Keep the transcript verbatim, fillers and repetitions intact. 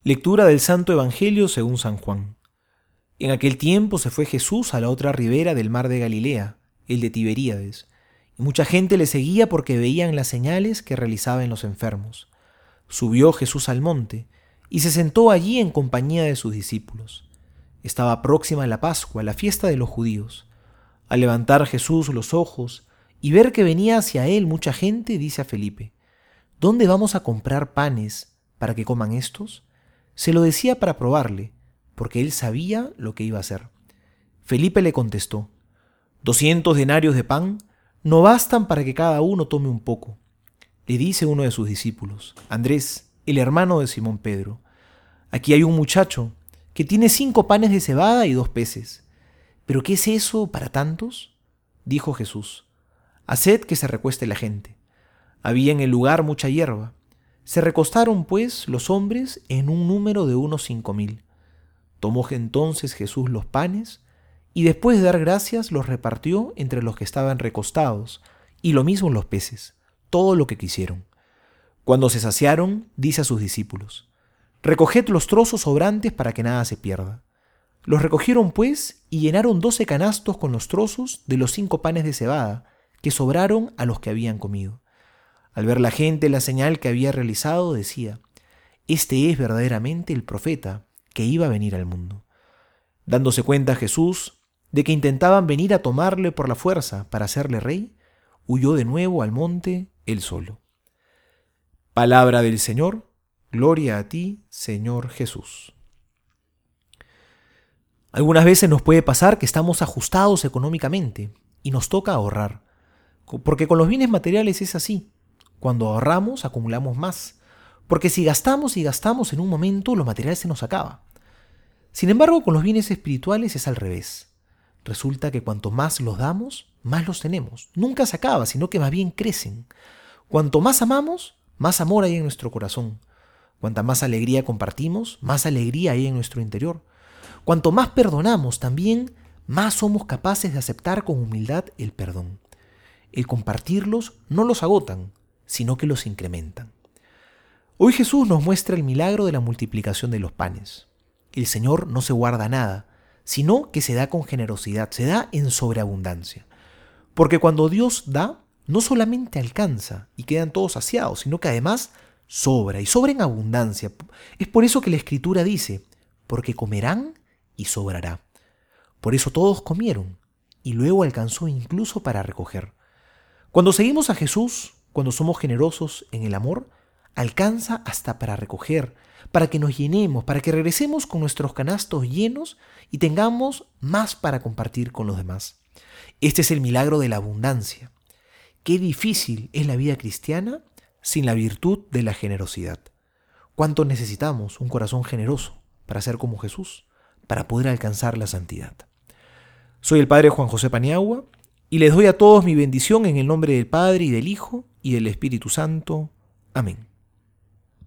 Lectura del Santo Evangelio según San Juan. En aquel tiempo se fue Jesús a la otra ribera del mar de Galilea, el de Tiberíades, y mucha gente le seguía porque veían las señales que realizaba en los enfermos. Subió Jesús al monte y se sentó allí en compañía de sus discípulos. Estaba próxima la Pascua, la fiesta de los judíos. Al levantar Jesús los ojos y ver que venía hacia él mucha gente, dice a Felipe: ¿Dónde vamos a comprar panes para que coman estos? Se lo decía para probarle, porque él sabía lo que iba a hacer. Felipe le contestó: Doscientos denarios de pan no bastan para que cada uno tome un poco. Le dice uno de sus discípulos, Andrés, el hermano de Simón Pedro: Aquí hay un muchacho que tiene cinco panes de cebada y dos peces. ¿Pero qué es eso para tantos? Dijo Jesús: Haced que se recueste la gente. Había en el lugar mucha hierba. Se recostaron, pues, los hombres en un número de unos cinco mil. Tomó entonces Jesús los panes, y después de dar gracias los repartió entre los que estaban recostados, y lo mismo los peces, todo lo que quisieron. Cuando se saciaron, dice a sus discípulos: Recoged los trozos sobrantes para que nada se pierda. Los recogieron, pues, y llenaron doce canastos con los trozos de los cinco panes de cebada, que sobraron a los que habían comido. Al ver la gente la señal que había realizado, decía: Este es verdaderamente el profeta que iba a venir al mundo. Dándose cuenta Jesús de que intentaban venir a tomarle por la fuerza para hacerle rey, huyó de nuevo al monte él solo. Palabra del Señor, gloria a ti, Señor Jesús. Algunas veces nos puede pasar que estamos ajustados económicamente y nos toca ahorrar, porque con los bienes materiales es así. Cuando ahorramos, acumulamos más, porque si gastamos y gastamos en un momento, lo material se nos acaba. Sin embargo, con los bienes espirituales es al revés. Resulta que cuanto más los damos, más los tenemos. Nunca se acaba, sino que más bien crecen. Cuanto más amamos, más amor hay en nuestro corazón. Cuanta más alegría compartimos, más alegría hay en nuestro interior. Cuanto más perdonamos, también más somos capaces de aceptar con humildad el perdón. El compartirlos no los agotan, sino que los incrementan. Hoy Jesús nos muestra el milagro de la multiplicación de los panes. El Señor no se guarda nada, sino que se da con generosidad, se da en sobreabundancia. Porque cuando Dios da, no solamente alcanza y quedan todos saciados, sino que además sobra, y sobra en abundancia. Es por eso que la Escritura dice: porque comerán y sobrará. Por eso todos comieron, y luego alcanzó incluso para recoger. Cuando seguimos a Jesús, cuando somos generosos en el amor, alcanza hasta para recoger, para que nos llenemos, para que regresemos con nuestros canastos llenos y tengamos más para compartir con los demás. Este es el milagro de la abundancia. Qué difícil es la vida cristiana sin la virtud de la generosidad. ¿Cuánto necesitamos un corazón generoso para ser como Jesús, para poder alcanzar la santidad? Soy el Padre Juan José Paniagua y les doy a todos mi bendición en el nombre del Padre y del Hijo y del Espíritu Santo. Amén.